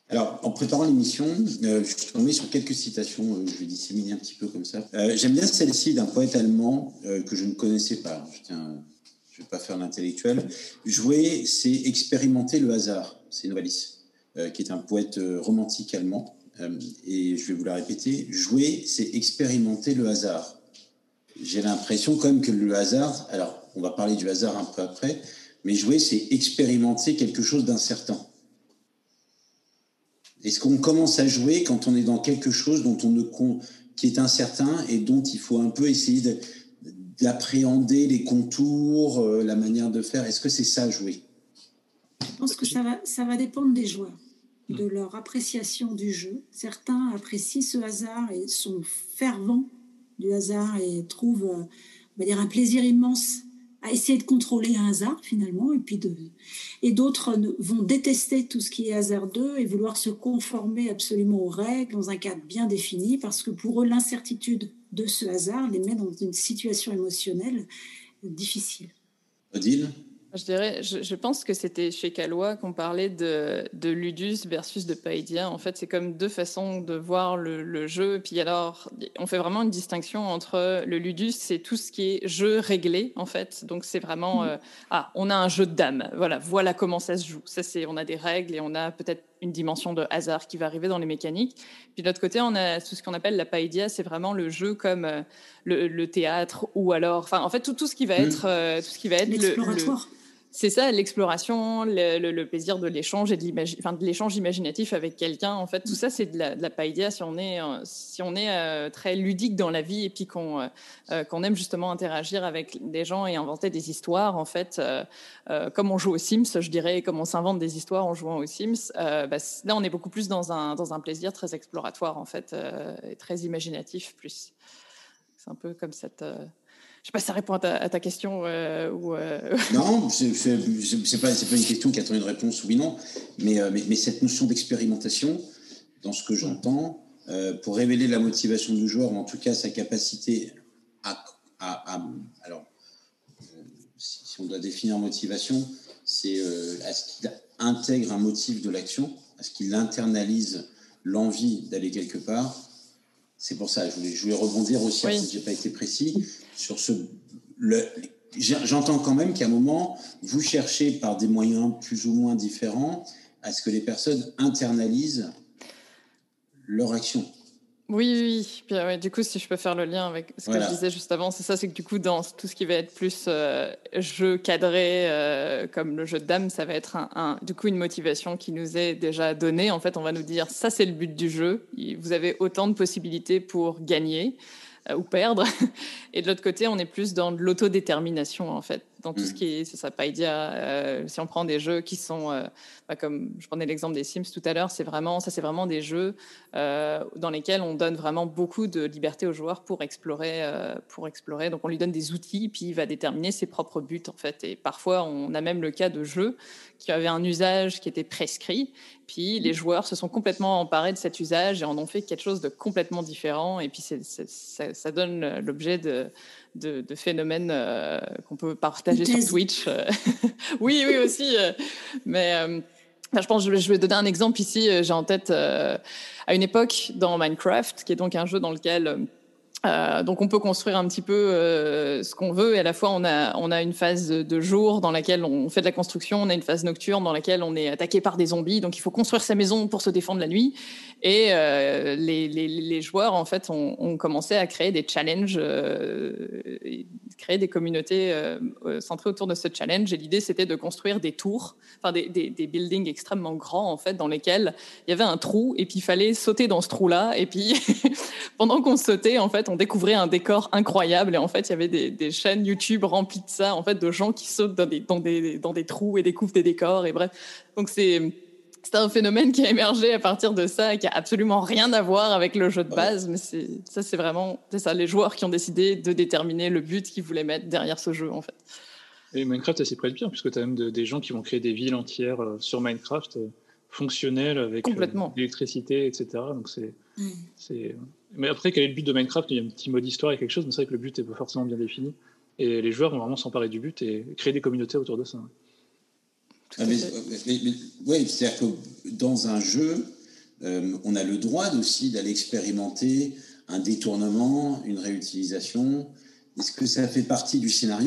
Alors, en préparant l'émission, je suis tombé sur quelques citations, je vais disséminer un petit peu comme ça. J'aime bien celle-ci d'un poète allemand que je ne connaissais pas. Je ne vais pas faire l'intellectuel. Jouer, c'est expérimenter le hasard. C'est Novalis, qui est un poète romantique allemand. Et je vais vous la répéter. Jouer, c'est expérimenter le hasard. J'ai l'impression quand même que le hasard, alors on va parler du hasard un peu après, mais jouer, c'est expérimenter quelque chose d'incertain. Est-ce qu'on commence à jouer quand on est dans quelque chose qui est incertain et dont il faut un peu essayer d'appréhender les contours, la manière de faire? Est-ce que c'est ça, jouer? Je pense que ça va dépendre des joueurs, de leur appréciation du jeu. Certains apprécient ce hasard et sont fervents du hasard et trouvent, on va dire, un plaisir immense à essayer de contrôler un hasard finalement, et d'autres vont détester tout ce qui est hasardeux et vouloir se conformer absolument aux règles dans un cadre bien défini, parce que pour eux, l'incertitude de ce hasard les met dans une situation émotionnelle difficile. Odile? Je pense que c'était chez Calois qu'on parlait de ludus versus de païdia. En fait, c'est comme deux façons de voir le jeu. Puis alors, on fait vraiment une distinction entre le ludus, c'est tout ce qui est jeu réglé, en fait. Donc, c'est vraiment, on a un jeu de dames. Voilà comment ça se joue. On a des règles et on a peut-être une dimension de hasard qui va arriver dans les mécaniques. Puis de l'autre côté, on a tout ce qu'on appelle la païdia, c'est vraiment le jeu comme le théâtre, ou alors, en fait, tout ce qui va être, l'exploratoire. C'est ça, l'exploration, le plaisir de l'échange et de l'échange imaginatif avec quelqu'un. En fait, tout ça, c'est de la païdia si on est très ludique dans la vie et puis qu'on aime justement interagir avec des gens et inventer des histoires. En fait, comme on joue aux Sims, je dirais, comme on s'invente des histoires en jouant aux Sims. Là, on est beaucoup plus dans un plaisir très exploratoire, en fait, et très imaginatif plus. C'est un peu comme cette... Je sais pas si ça répond à ta question Non, c'est pas une question qui attend une réponse oui non, mais cette notion d'expérimentation, dans ce que j'entends, pour révéler la motivation du joueur, ou en tout cas sa capacité alors, si on doit définir motivation, c'est à ce qu'il intègre un motif de l'action, à ce qu'il internalise l'envie d'aller quelque part. C'est pour ça, je voulais rebondir aussi, si je n'ai pas été précis, sur j'entends quand même qu'à un moment, vous cherchez par des moyens plus ou moins différents à ce que les personnes internalisent leur action. Oui. Puis, du coup, si je peux faire le lien avec ce que je disais juste avant, c'est que du coup, dans tout ce qui va être plus jeu cadré, comme le jeu de dames, ça va être du coup une motivation qui nous est déjà donnée. En fait, on va nous dire, ça c'est le but du jeu. Vous avez autant de possibilités pour gagner ou perdre. Et de l'autre côté, on est plus dans de l'autodétermination, en fait. Dans tout ce qui est, c'est ça, païdia. Si on prend des jeux qui sont, comme je prenais l'exemple des Sims tout à l'heure, c'est vraiment des jeux dans lesquels on donne vraiment beaucoup de liberté aux joueurs pour explorer. Donc on lui donne des outils, puis il va déterminer ses propres buts, en fait. Et parfois, on a même le cas de jeux qui avaient un usage qui était prescrit, puis les joueurs se sont complètement emparés de cet usage et en ont fait quelque chose de complètement différent. Et puis ça donne l'objet de phénomènes qu'on peut partager sur Twitch. Oui, aussi. Mais je pense que je vais donner un exemple ici. J'ai en tête à une époque dans Minecraft, qui est donc un jeu dans lequel... donc on peut construire un petit peu ce qu'on veut, et à la fois on a une phase de jour dans laquelle on fait de la construction, on a une phase nocturne dans laquelle on est attaqué par des zombies, donc il faut construire sa maison pour se défendre la nuit. Et les joueurs en fait ont commencé à créer des challenges, créer des communautés centrées autour de ce challenge, et l'idée c'était de construire des tours, des buildings extrêmement grands en fait, dans lesquels il y avait un trou et puis il fallait sauter dans ce trou là, et puis pendant qu'on sautait en fait on découvrait un décor incroyable, et en fait il y avait des chaînes YouTube remplies de ça, en fait, de gens qui sautent dans des trous et découvrent des décors, et bref, donc c'est un phénomène qui a émergé à partir de ça et qui a absolument rien à voir avec le jeu de base, mais c'est ça, les joueurs qui ont décidé de déterminer le but qu'ils voulaient mettre derrière ce jeu, en fait. Et Minecraft, c'est près de pire, puisque tu as même des gens qui vont créer des villes entières sur Minecraft, fonctionnelles, avec l'électricité, etc. Donc Mais après, quel est le but de Minecraft? Il y a un petit mode histoire et quelque chose, mais c'est vrai que le but n'est pas forcément bien défini. Et les joueurs vont vraiment s'emparer du but et créer des communautés autour de ça. Oui, c'est-à-dire que dans un jeu, on a le droit aussi d'aller expérimenter un détournement, une réutilisation. Est-ce que ça fait partie du scénario ?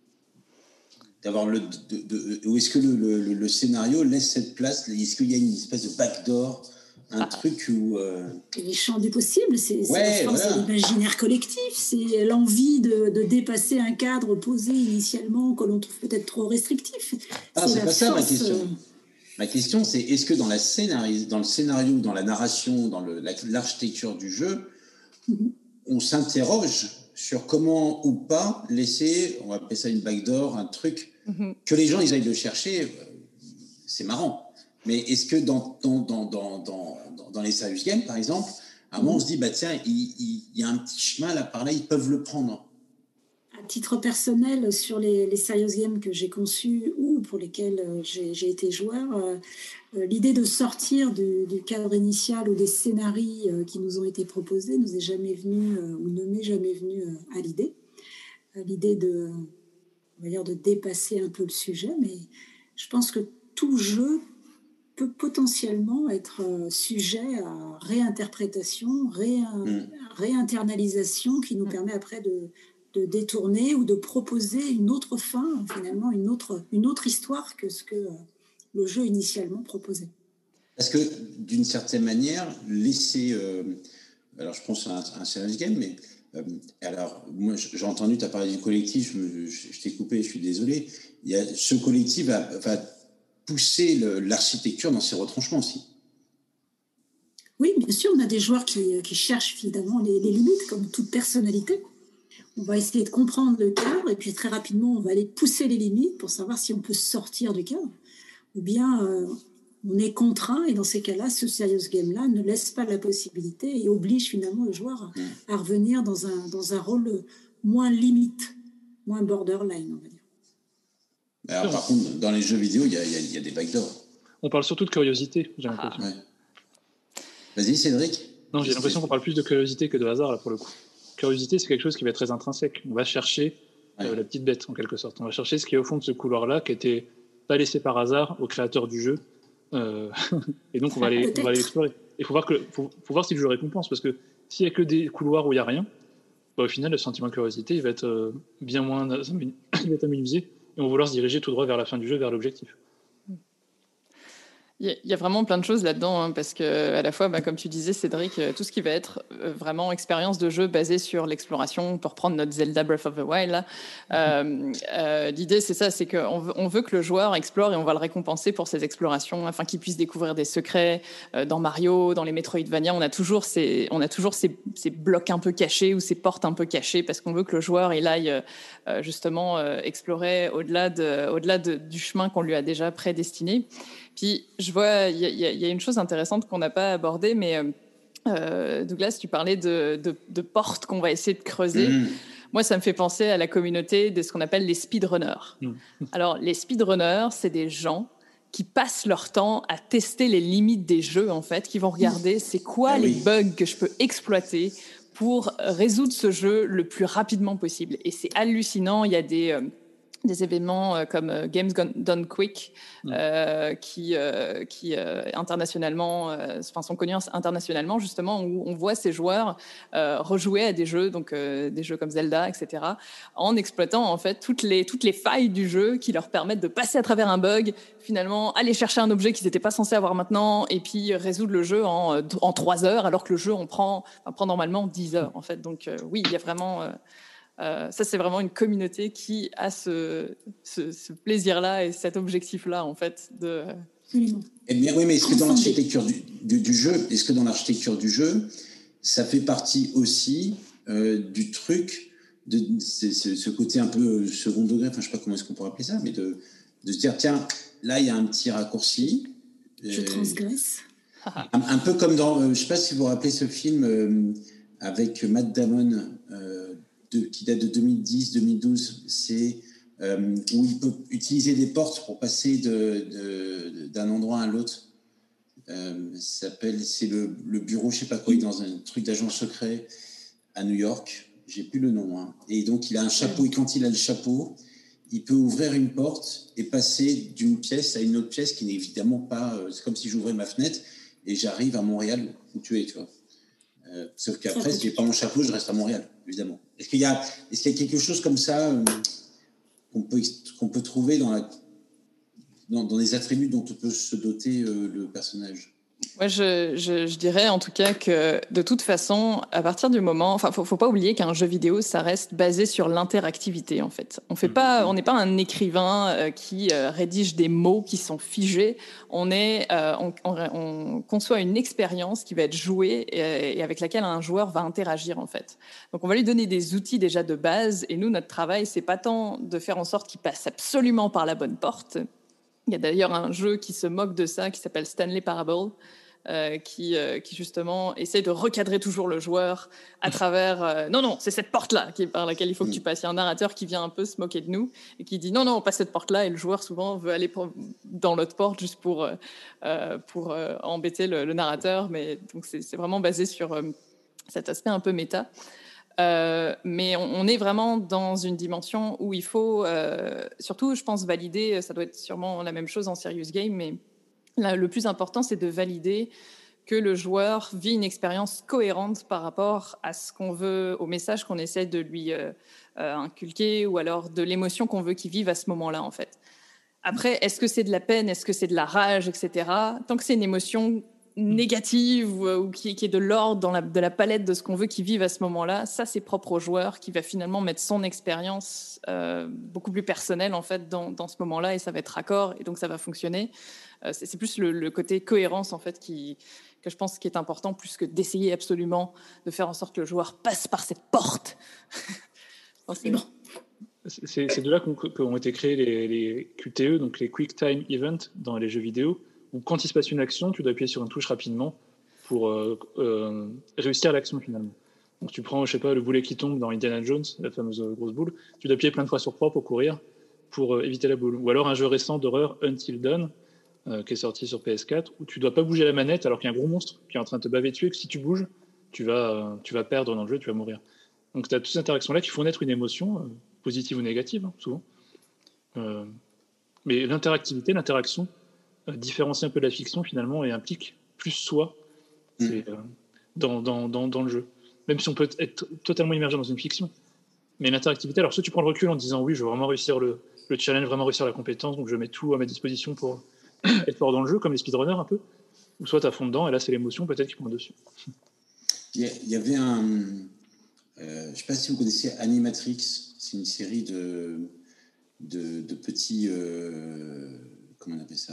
Ou est-ce que le scénario laisse cette place ? Est-ce qu'il y a une espèce de backdoor, un truc où... Les champs du possible, c'est la force de l'imaginaire collectif, c'est l'envie de dépasser un cadre posé initialement que l'on trouve peut-être trop restrictif. C'est pas ça ma question. Ma question, c'est est-ce que dans le scénario, dans la narration, dans l'architecture du jeu, on s'interroge sur comment ou pas laisser, on va appeler ça une backdoor, un truc que les gens ils aillent le chercher, c'est marrant. Mais est-ce que dans les serious games, par exemple, à un moment on se dit, bah tiens, il y a un petit chemin là, par là, ils peuvent le prendre. À titre personnel, sur les serious games que j'ai conçus ou pour lesquels j'ai été joueur, l'idée de sortir du cadre initial ou des scénarios qui nous ont été proposés nous est jamais venue ou ne m'est jamais venue à l'idée. L'idée on va dire de dépasser un peu le sujet, mais je pense que tout jeu peut potentiellement être sujet à réinterprétation, réinternalisation qui nous permet après de détourner ou de proposer une autre fin, finalement une autre histoire que ce que le jeu initialement proposait. Parce que d'une certaine manière, laisser... alors je pense à un serious game, mais alors moi j'ai entendu, tu as parlé du collectif, je t'ai coupé, je suis désolé. Ce collectif va pousser l'architecture dans ses retranchements aussi. Oui, bien sûr, on a des joueurs qui cherchent finalement les limites, comme toute personnalité. On va essayer de comprendre le cadre et puis très rapidement, on va aller pousser les limites pour savoir si on peut sortir du cadre. Ou bien on est contraint et dans ces cas-là, ce serious game-là ne laisse pas la possibilité et oblige finalement le joueur à revenir dans un rôle moins limite, moins borderline, on va dire. Alors, par contre, dans les jeux vidéo, il y a des backdoors. On parle surtout de curiosité, j'ai l'impression. Ouais. Vas-y, Cédric. Non, j'ai l'impression qu'on parle plus de curiosité que de hasard, là, pour le coup. Curiosité, c'est quelque chose qui va être très intrinsèque. On va chercher la petite bête, en quelque sorte. On va chercher ce qui est au fond de ce couloir-là, qui n'était pas laissé par hasard au créateur du jeu. Et donc, on va aller l'explorer. Il faut voir si le jeu récompense, parce que s'il n'y a que des couloirs où il n'y a rien, au final, le sentiment de curiosité, il va être bien moins il va être amusé, et on va vouloir se diriger tout droit vers la fin du jeu, vers l'objectif. Il y a vraiment plein de choses là-dedans, hein, parce que à la fois, comme tu disais, Cédric, tout ce qui va être vraiment expérience de jeu basée sur l'exploration, pour reprendre notre Zelda Breath of the Wild, là, l'idée c'est ça, c'est qu'on veut que le joueur explore et on va le récompenser pour ses explorations, afin qu'il puisse découvrir des secrets. Dans Mario, dans les Metroidvania, on a toujours ces blocs un peu cachés ou ces portes un peu cachées, parce qu'on veut que le joueur il aille justement explorer au-delà du chemin qu'on lui a déjà prédestiné. Puis, je vois, il y a une chose intéressante qu'on n'a pas abordée, mais Douglas, tu parlais de portes qu'on va essayer de creuser. Moi, ça me fait penser à la communauté de ce qu'on appelle les speedrunners. Alors, les speedrunners, c'est des gens qui passent leur temps à tester les limites des jeux, en fait, qui vont regarder c'est quoi les bugs que je peux exploiter pour résoudre ce jeu le plus rapidement possible. Et c'est hallucinant, il y a des événements comme Games Done Quick qui internationalement sont connus internationalement, justement, où on voit ces joueurs rejouer à des jeux, donc des jeux comme Zelda, etc., en exploitant en fait toutes les failles du jeu qui leur permettent de passer à travers un bug, finalement aller chercher un objet qu'ils n'étaient pas censés avoir maintenant et puis résoudre le jeu en 3 heures, alors que le jeu prend normalement 10 heures en fait. Donc oui, il y a vraiment ça, c'est vraiment une communauté qui a ce plaisir-là et cet objectif-là, en fait. Eh bien, oui, mais est-ce que dans l'architecture du jeu, ça fait partie aussi du truc, ce côté un peu second degré, enfin, je ne sais pas comment est-ce qu'on pourrait appeler ça, mais de se dire, tiens, là, il y a un petit raccourci. Je transgresse. Un peu comme dans, je ne sais pas si vous vous rappelez ce film avec Matt Damon, qui date de 2010-2012, c'est où il peut utiliser des portes pour passer d'un endroit à l'autre. C'est le bureau, je ne sais pas quoi, il est dans un truc d'agent secret à New York, j'ai plus le nom. Hein. Et donc, il a un chapeau, et quand il a le chapeau, il peut ouvrir une porte et passer d'une pièce à une autre pièce qui n'est évidemment pas... c'est comme si j'ouvrais ma fenêtre et j'arrive à Montréal où tu es, tu vois. Sauf qu'après, si j'ai pas mon chapeau, je reste à Montréal, évidemment. Est-ce qu'il y a quelque chose comme ça qu'on peut trouver dans les attributs dont peut se doter le personnage? Moi, je dirais en tout cas que de toute façon, à partir du moment, enfin, faut pas oublier qu'un jeu vidéo, ça reste basé sur l'interactivité en fait. On n'est pas un écrivain qui rédige des mots qui sont figés. On conçoit une expérience qui va être jouée et avec laquelle un joueur va interagir en fait. Donc, on va lui donner des outils déjà de base. Et nous, notre travail, c'est pas tant de faire en sorte qu'il passe absolument par la bonne porte. Il y a d'ailleurs un jeu qui se moque de ça, qui s'appelle Stanley Parable, qui justement essaie de recadrer toujours le joueur à travers non, c'est cette porte-là par laquelle il faut que tu passes. Il y a un narrateur qui vient un peu se moquer de nous et qui dit non, passe cette porte-là, et le joueur souvent veut aller dans l'autre porte juste pour embêter le narrateur. Mais donc c'est vraiment basé sur cet aspect un peu méta. Mais on est vraiment dans une dimension où il faut, surtout, je pense, valider, ça doit être sûrement la même chose en serious game, mais là, le plus important, c'est de valider que le joueur vit une expérience cohérente par rapport à ce qu'on veut, au message qu'on essaie de lui inculquer, ou alors de l'émotion qu'on veut qu'il vive à ce moment-là, en fait. Après, est-ce que c'est de la peine, est-ce que c'est de la rage, etc. Tant que c'est une émotion négative ou qui est de l'ordre de la palette de ce qu'on veut qu'ils vivent à ce moment-là, ça c'est propre au joueur qui va finalement mettre son expérience beaucoup plus personnelle en fait dans ce moment-là, et ça va être raccord et donc ça va fonctionner. C'est plus le côté cohérence en fait que je pense qui est important, plus que d'essayer absolument de faire en sorte que le joueur passe par cette porte. C'est de là qu'ont été créés les QTE, donc les Quick Time Events dans les jeux vidéo, où quand il se passe une action, tu dois appuyer sur une touche rapidement pour réussir l'action finalement. Donc tu prends, je sais pas, le boulet qui tombe dans Indiana Jones, la fameuse grosse boule, tu dois appuyer plein de fois sur 3 pour courir, pour éviter la boule. Ou alors un jeu récent d'horreur, Until Dawn, qui est sorti sur PS4, où tu dois pas bouger la manette alors qu'il y a un gros monstre qui est en train de te baver dessus, et que si tu bouges, tu vas perdre dans le jeu, tu vas mourir. Donc tu as toutes ces interactions-là qui font naître une émotion, positive ou négative, souvent. Mais l'interaction, différencie un peu de la fiction finalement et implique plus soi dans le jeu. Même si on peut être totalement immergé dans une fiction. Mais l'interactivité, alors soit tu prends le recul en disant oui, je veux vraiment réussir le challenge, vraiment réussir la compétence, donc je mets tout à ma disposition pour être fort dans le jeu, comme les speedrunners un peu, ou soit tu à fond dedans et là c'est l'émotion peut-être qui prend dessus. Il y avait je ne sais pas si vous connaissez Animatrix, c'est une série de petits comment on appelle ça,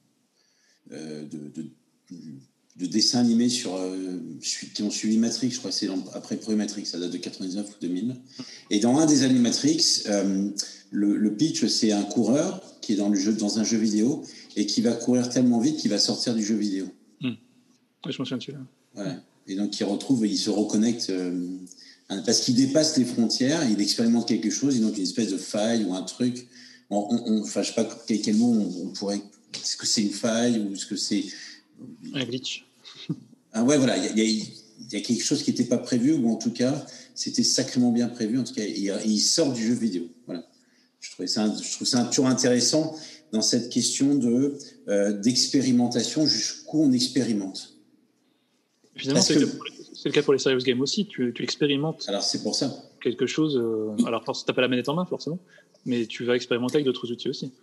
de dessins animés qui ont suivi Matrix, je crois que c'est après le premier Matrix, ça date de 99 ou 2000. Et dans un des Animatrix, le pitch, c'est un coureur qui est dans un jeu vidéo et qui va courir tellement vite qu'il va sortir du jeu vidéo. Ouais, je me souviens de celui-là. Voilà. Et donc il se reconnecte parce qu'il dépasse les frontières, il expérimente quelque chose, et donc une espèce de faille ou un truc. Enfin, je sais pas quel mot on pourrait. Est-ce que c'est une faille ou est-ce que c'est un glitch? Ah ouais, voilà, il y a quelque chose qui n'était pas prévu, ou en tout cas, c'était sacrément bien prévu. En tout cas, il sort du jeu vidéo. Voilà. Je trouve ça toujours intéressant dans cette question d'expérimentation, jusqu'où on expérimente. Finalement, c'est le cas pour les serious games aussi. Tu expérimentes. Alors, c'est pour ça. Quelque chose. Alors, tu n'as pas la manette en main, forcément, mais tu vas expérimenter avec d'autres outils aussi.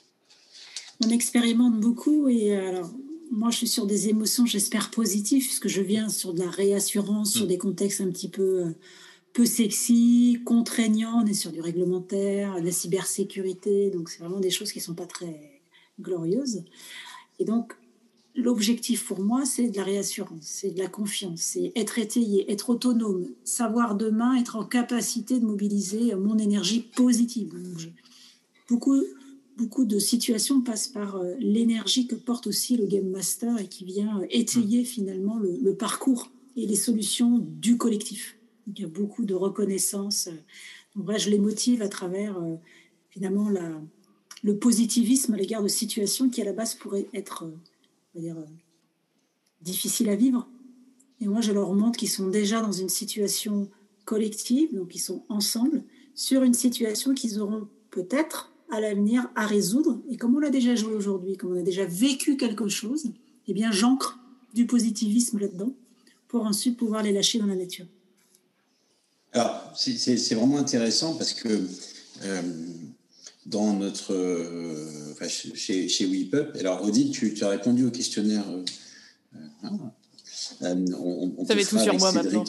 On expérimente beaucoup, et alors, moi, je suis sur des émotions, j'espère, positives, puisque je viens sur de la réassurance, sur des contextes un petit peu sexy, contraignants. On est sur du réglementaire, de la cybersécurité, donc c'est vraiment des choses qui ne sont pas très glorieuses. Et donc, l'objectif pour moi, c'est de la réassurance, c'est de la confiance, c'est être étayé, être autonome, savoir demain être en capacité de mobiliser mon énergie positive. Donc, beaucoup de situations passent par l'énergie que porte aussi le Game Master et qui vient étayer finalement le parcours et les solutions du collectif. Donc, il y a beaucoup de reconnaissance. Donc, je les motive à travers finalement le positivisme à l'égard de situations qui à la base pourraient être difficiles à vivre. Et moi, je leur montre qu'ils sont déjà dans une situation collective, donc ils sont ensemble, sur une situation qu'ils auront peut-être à l'avenir à résoudre. Et comme on l'a déjà joué aujourd'hui, comme on a déjà vécu quelque chose, eh bien j'ancre du positivisme là-dedans pour ensuite pouvoir les lâcher dans la nature. Alors, c'est vraiment intéressant parce que dans notre... chez WePup, alors Odile, tu as répondu au questionnaire... on savait tout sur moi maintenant.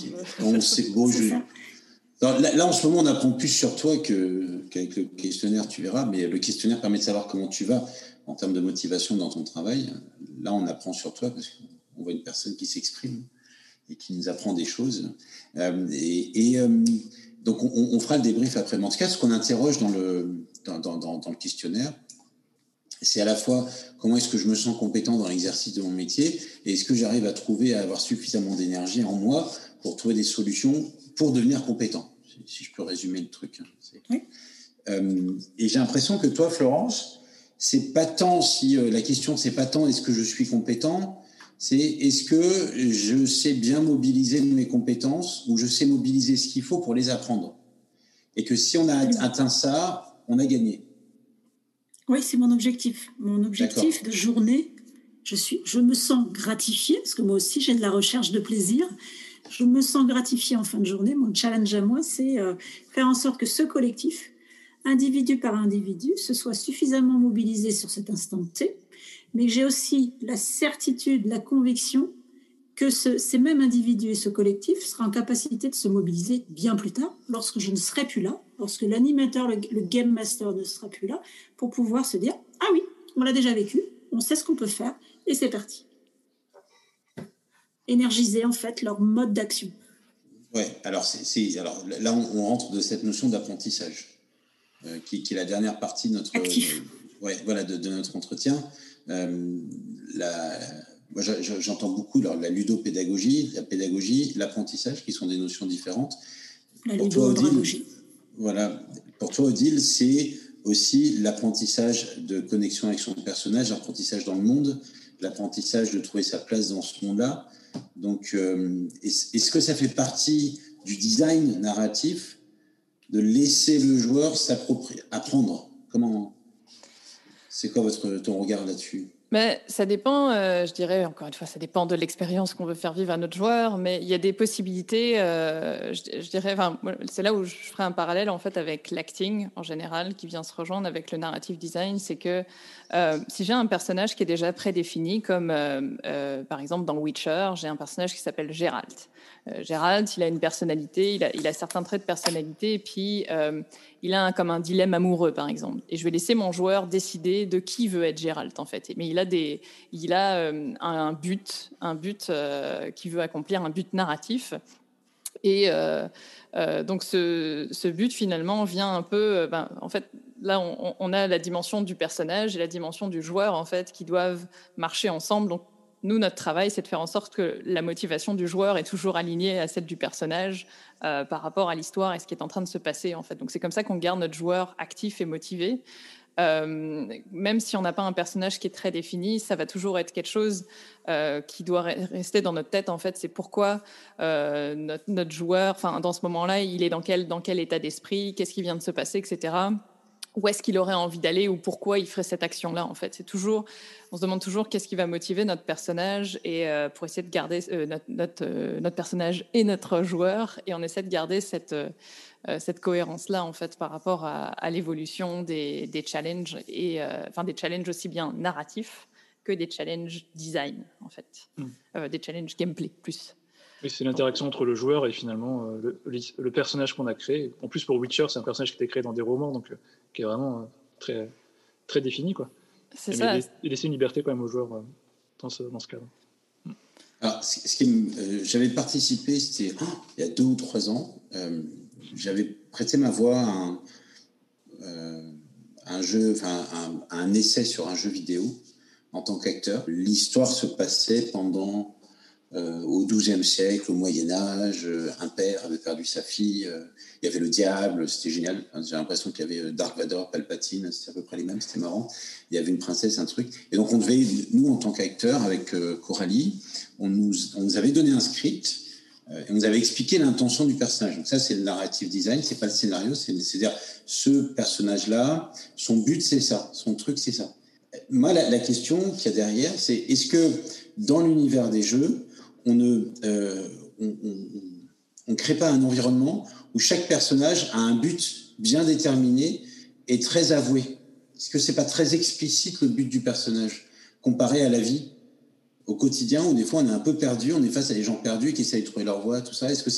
Là, en ce moment, on apprend plus sur toi qu'avec le questionnaire, tu verras, mais le questionnaire permet de savoir comment tu vas en termes de motivation dans ton travail. Là, on apprend sur toi parce qu'on voit une personne qui s'exprime et qui nous apprend des choses. Donc, on fera le débrief après. Mais en tout cas, ce qu'on interroge dans le questionnaire, c'est à la fois comment est-ce que je me sens compétent dans l'exercice de mon métier et est-ce que j'arrive à avoir suffisamment d'énergie en moi pour trouver des solutions pour devenir compétent, si je peux résumer le truc. Oui. Et j'ai l'impression que toi, Florence, c'est pas tant la question, c'est pas tant est-ce que je suis compétent, c'est est-ce que je sais bien mobiliser mes compétences ou je sais mobiliser ce qu'il faut pour les apprendre. Et que si on a atteint ça, on a gagné. Oui, c'est mon objectif. Mon objectif de journée, je me sens gratifiée, parce que moi aussi j'ai de la recherche de plaisir. Je me sens gratifiée en fin de journée. Mon challenge à moi, c'est faire en sorte que ce collectif, individu par individu, se soit suffisamment mobilisé sur cet instant T, mais j'ai aussi la certitude, la conviction que ces mêmes individus et ce collectif sera en capacité de se mobiliser bien plus tard, lorsque je ne serai plus là, lorsque l'animateur, le game master ne sera plus là, pour pouvoir se dire « Ah oui, on l'a déjà vécu, on sait ce qu'on peut faire, et c'est parti ». Énergiser en fait leur mode d'action. Ouais, alors là on rentre de cette notion d'apprentissage qui est la dernière partie de notre de notre entretien. Moi j'entends beaucoup la ludopédagogie, la pédagogie, l'apprentissage qui sont des notions différentes. La ludopédagogie. Voilà, pour toi Odile, c'est aussi l'apprentissage de connexion avec son personnage, l'apprentissage dans le monde, l'apprentissage de trouver sa place dans ce monde-là. Donc, est-ce que ça fait partie du design narratif de laisser le joueur apprendre? C'est quoi ton regard là-dessus? Mais ça dépend, je dirais, encore une fois, ça dépend de l'expérience qu'on veut faire vivre à notre joueur, mais il y a des possibilités, je dirais, c'est là où je ferai un parallèle en fait avec l'acting en général, qui vient se rejoindre avec le narrative design, c'est que si j'ai un personnage qui est déjà prédéfini, comme par exemple dans Witcher, j'ai un personnage qui s'appelle Geralt. Geralt, il a une personnalité, il a certains traits de personnalité, et puis il a comme un dilemme amoureux, par exemple. Et je vais laisser mon joueur décider de qui veut être Geralt, en fait. Mais il a un but qui veut accomplir, un but narratif. Et donc ce but, finalement, vient un peu... en fait, là, on a la dimension du personnage et la dimension du joueur, en fait, qui doivent marcher ensemble. Donc, nous, notre travail, c'est de faire en sorte que la motivation du joueur est toujours alignée à celle du personnage par rapport à l'histoire et ce qui est en train de se passer, en fait. Donc, c'est comme ça qu'on garde notre joueur actif et motivé. Même si on n'a pas un personnage qui est très défini, ça va toujours être quelque chose qui doit rester dans notre tête, en fait. C'est pourquoi notre joueur, dans ce moment-là, il est dans quel état d'esprit, qu'est-ce qui vient de se passer, etc. Où est-ce qu'il aurait envie d'aller ou pourquoi il ferait cette action-là, en fait. On se demande toujours qu'est-ce qui va motiver notre personnage et pour essayer de garder notre personnage et notre joueur, et on essaie de garder cette cohérence-là, en fait, par rapport à l'évolution des challenges, et des challenges aussi bien narratifs que des challenges design, en fait. Des challenges gameplay, plus. Oui, c'est l'interaction entre le joueur et finalement le personnage qu'on a créé. En plus, pour Witcher, c'est un personnage qui a été créé dans des romans, donc qui est vraiment très, très défini, quoi. C'est ça. Et laisser une liberté quand même au joueur dans ce cadre. Alors, j'avais participé, c'était il y a 2 ou 3 ans, j'avais prêté ma voix à un essai sur un jeu vidéo en tant qu'acteur. L'histoire se passait pendant au XIIe siècle, au Moyen-Âge, un père avait perdu sa fille, il y avait le diable, c'était génial. J'ai l'impression qu'il y avait Dark Vador, Palpatine, c'était à peu près les mêmes, c'était marrant. Il y avait une princesse, un truc. Et donc, nous, en tant qu'acteurs, avec Coralie, on nous avait donné un script et on nous avait expliqué l'intention du personnage. Donc ça, c'est le narrative design, c'est pas le scénario, c'est-à-dire ce personnage-là, son but, c'est ça, son truc, c'est ça. Moi, la question qu'il y a derrière, c'est est-ce que dans l'univers des jeux, on crée pas un environnement où chaque personnage a un but bien déterminé et très avoué. Est-ce que c'est pas très explicite le but du personnage comparé à la vie au quotidien où des fois on est un peu perdu, on est face à des gens perdus qui essayent de trouver leur voie, tout ça. Est-ce que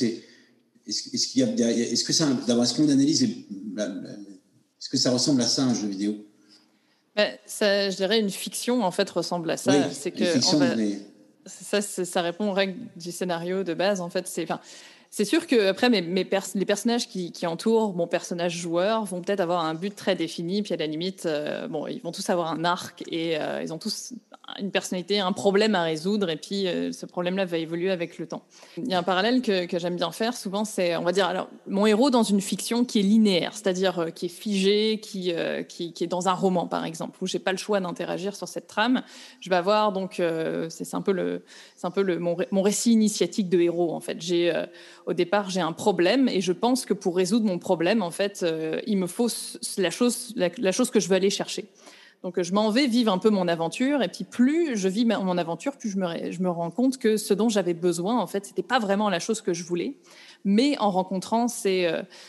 mon analyse est-ce que ça ressemble à ça un jeu vidéo? Ça, je dirais une fiction en fait ressemble à ça. Oui, c'est que fiction, ça répond aux règles du scénario de base. En fait, c'est sûr que après les personnages qui entourent mon personnage joueur vont peut-être avoir un but très défini, puis à la limite, ils vont tous avoir un arc et ils ont tous une personnalité, un problème à résoudre, et puis ce problème-là va évoluer avec le temps. Il y a un parallèle que j'aime bien faire souvent, c'est, on va dire, alors mon héros dans une fiction qui est linéaire, c'est-à-dire qui est figé, qui est dans un roman par exemple, où j'ai pas le choix d'interagir sur cette trame. Je vais avoir donc c'est un peu mon récit initiatique de héros en fait. Au départ, j'ai un problème et je pense que pour résoudre mon problème, en fait, il me faut la chose que je veux aller chercher. Donc, je m'en vais vivre un peu mon aventure, et puis plus je vis mon aventure, plus je me rends compte que ce dont j'avais besoin, en fait, c'était pas vraiment la chose que je voulais, mais en rencontrant ces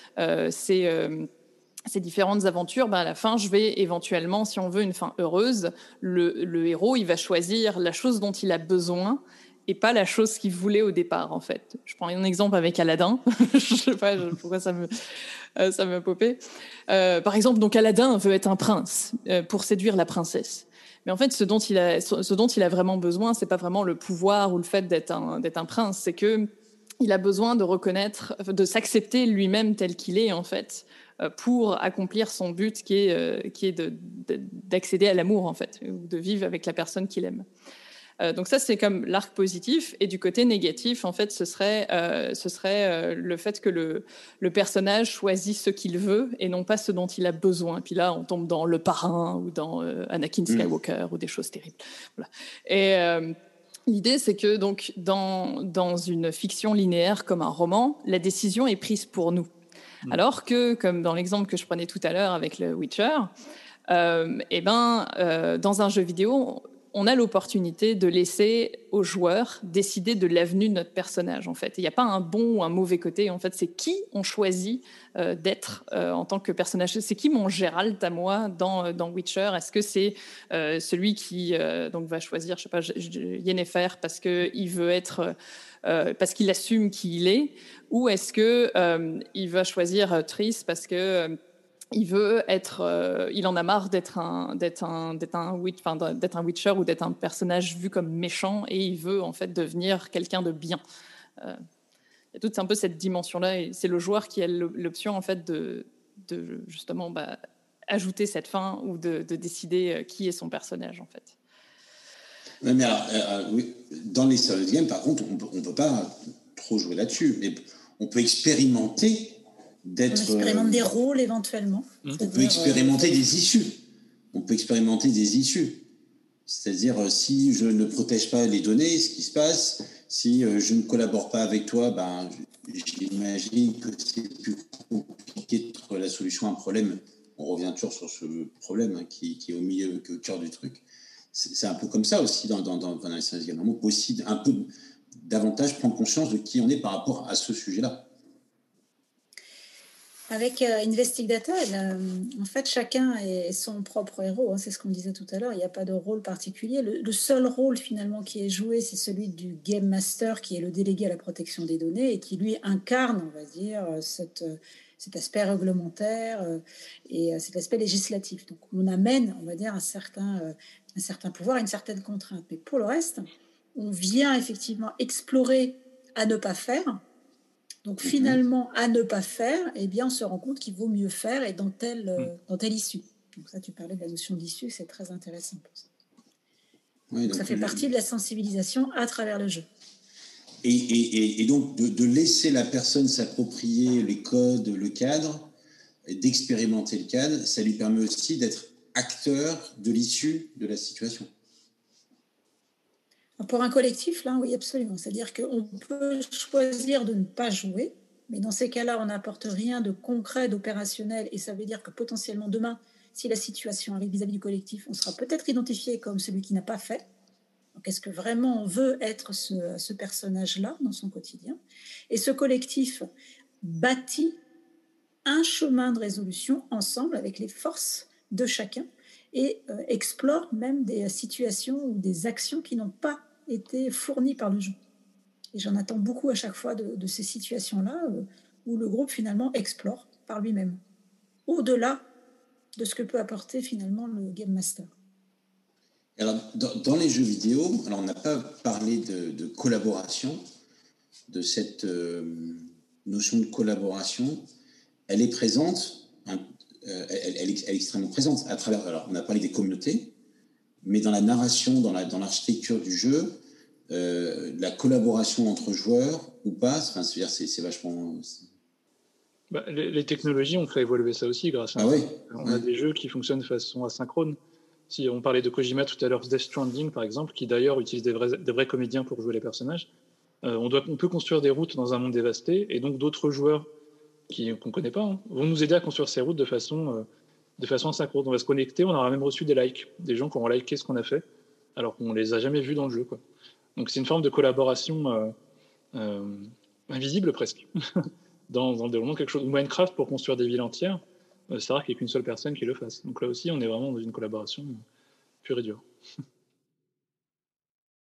différentes aventures, à la fin, je vais éventuellement, si on veut une fin heureuse, le héros, il va choisir la chose dont il a besoin et pas la chose qu'il voulait au départ, en fait. Je prends un exemple avec Aladdin. Je sais pas pourquoi ça me popait. Par exemple, donc Aladdin veut être un prince pour séduire la princesse. Mais en fait, ce dont il a vraiment besoin, c'est pas vraiment le pouvoir ou le fait d'être un prince, c'est que il a besoin de reconnaître, de s'accepter lui-même tel qu'il est, en fait, pour accomplir son but qui est d'accéder à l'amour, en fait, ou de vivre avec la personne qu'il aime. Donc ça, c'est comme l'arc positif. Et du côté négatif, en fait, ce serait le fait que le personnage choisit ce qu'il veut et non pas ce dont il a besoin. Puis là, on tombe dans Le Parrain ou dans Anakin Skywalker ou des choses terribles. Voilà. Et l'idée, c'est que donc dans une fiction linéaire comme un roman, la décision est prise pour nous. Alors que, comme dans l'exemple que je prenais tout à l'heure avec le Witcher, dans un jeu vidéo, on a l'opportunité de laisser aux joueurs décider de l'avenue de notre personnage, en fait. Il n'y a pas un bon ou un mauvais côté, en fait. C'est qui on choisit d'être en tant que personnage. C'est qui mon Gérald à moi dans Witcher? Est-ce que c'est celui qui donc va choisir, je sais pas, Yennefer parce qu'il veut être... parce qu'il assume qui il est, ou est-ce que il va choisir Triss parce que il veut être, il en a marre d'être un Witcher ou d'être un personnage vu comme méchant, et il veut en fait devenir quelqu'un de bien. Il y a toute un peu cette dimension-là, et c'est le joueur qui a l'option en fait de justement ajouter cette fin ou de décider qui est son personnage en fait. Mais oui, dans les serious games, par contre, on peut pas trop jouer là-dessus, mais on peut expérimenter. On expérimente des rôles éventuellement. On peut expérimenter des issues. On peut expérimenter des issues. C'est-à-dire, si je ne protège pas les données, ce qui se passe, si je ne collabore pas avec toi, j'imagine que c'est plus compliqué de trouver la solution à un problème. On revient toujours sur ce problème qui est au milieu, au cœur du truc. C'est un peu comme ça aussi dans les serious games. On peut aussi un peu davantage prendre conscience de qui on est par rapport à ce sujet-là. Avec Investigator, en fait, chacun est son propre héros. Hein, c'est ce qu'on disait tout à l'heure. Il n'y a pas de rôle particulier. Le seul rôle, finalement, qui est joué, c'est celui du Game Master, qui est le délégué à la protection des données et qui, lui, incarne, on va dire, cet aspect réglementaire et cet aspect législatif. Donc, on amène, on va dire, un certain pouvoir, une certaine contrainte. Mais pour le reste, on vient effectivement explorer à ne pas faire. Donc finalement, à ne pas faire, eh bien, on se rend compte qu'il vaut mieux faire et dans telle issue. Donc ça, tu parlais de la notion d'issue, c'est très intéressant pour ça. Oui, donc ça fait partie de la sensibilisation à travers le jeu. Et donc de laisser la personne s'approprier les codes, le cadre, d'expérimenter le cadre, ça lui permet aussi d'être acteur de l'issue de la situation. Pour un collectif, là, oui, absolument. C'est-à-dire qu'on peut choisir de ne pas jouer, mais dans ces cas-là, on n'apporte rien de concret, d'opérationnel, et ça veut dire que potentiellement demain, si la situation arrive vis-à-vis du collectif, on sera peut-être identifié comme celui qui n'a pas fait, Donc, est-ce que vraiment on veut être ce personnage-là dans son quotidien? Et ce collectif bâtit un chemin de résolution ensemble avec les forces de chacun et explore même des situations ou des actions qui n'ont pas été fournies par le jeu. Et j'en attends beaucoup à chaque fois de ces situations-là où le groupe finalement explore par lui-même, au-delà de ce que peut apporter finalement le Game Master. Alors, dans les jeux vidéo, alors on n'a pas parlé de collaboration, de cette notion de collaboration. Elle est présente, elle est extrêmement présente à travers. Alors, on a parlé des communautés, mais dans la narration, dans l'architecture du jeu, la collaboration entre joueurs ou pas, enfin, c'est vachement. Les technologies ont fait évoluer ça aussi grâce à. Oui. On a des jeux qui fonctionnent de façon asynchrone. Si on parlait de Kojima tout à l'heure, Death Stranding par exemple, qui d'ailleurs utilise des vrais comédiens pour jouer les personnages, on peut construire des routes dans un monde dévasté, et donc d'autres joueurs qu'on ne connaît pas vont nous aider à construire ces routes de façon asynchrone. On va se connecter, on aura même reçu des likes, des gens qui auront liké ce qu'on a fait, alors qu'on ne les a jamais vus dans le jeu, quoi. Donc c'est une forme de collaboration invisible presque. dans le développement de quelque chose. Minecraft, pour construire des villes entières, c'est rare qu'il n'y ait qu'une seule personne qui le fasse. Donc là aussi, on est vraiment dans une collaboration pure et dure.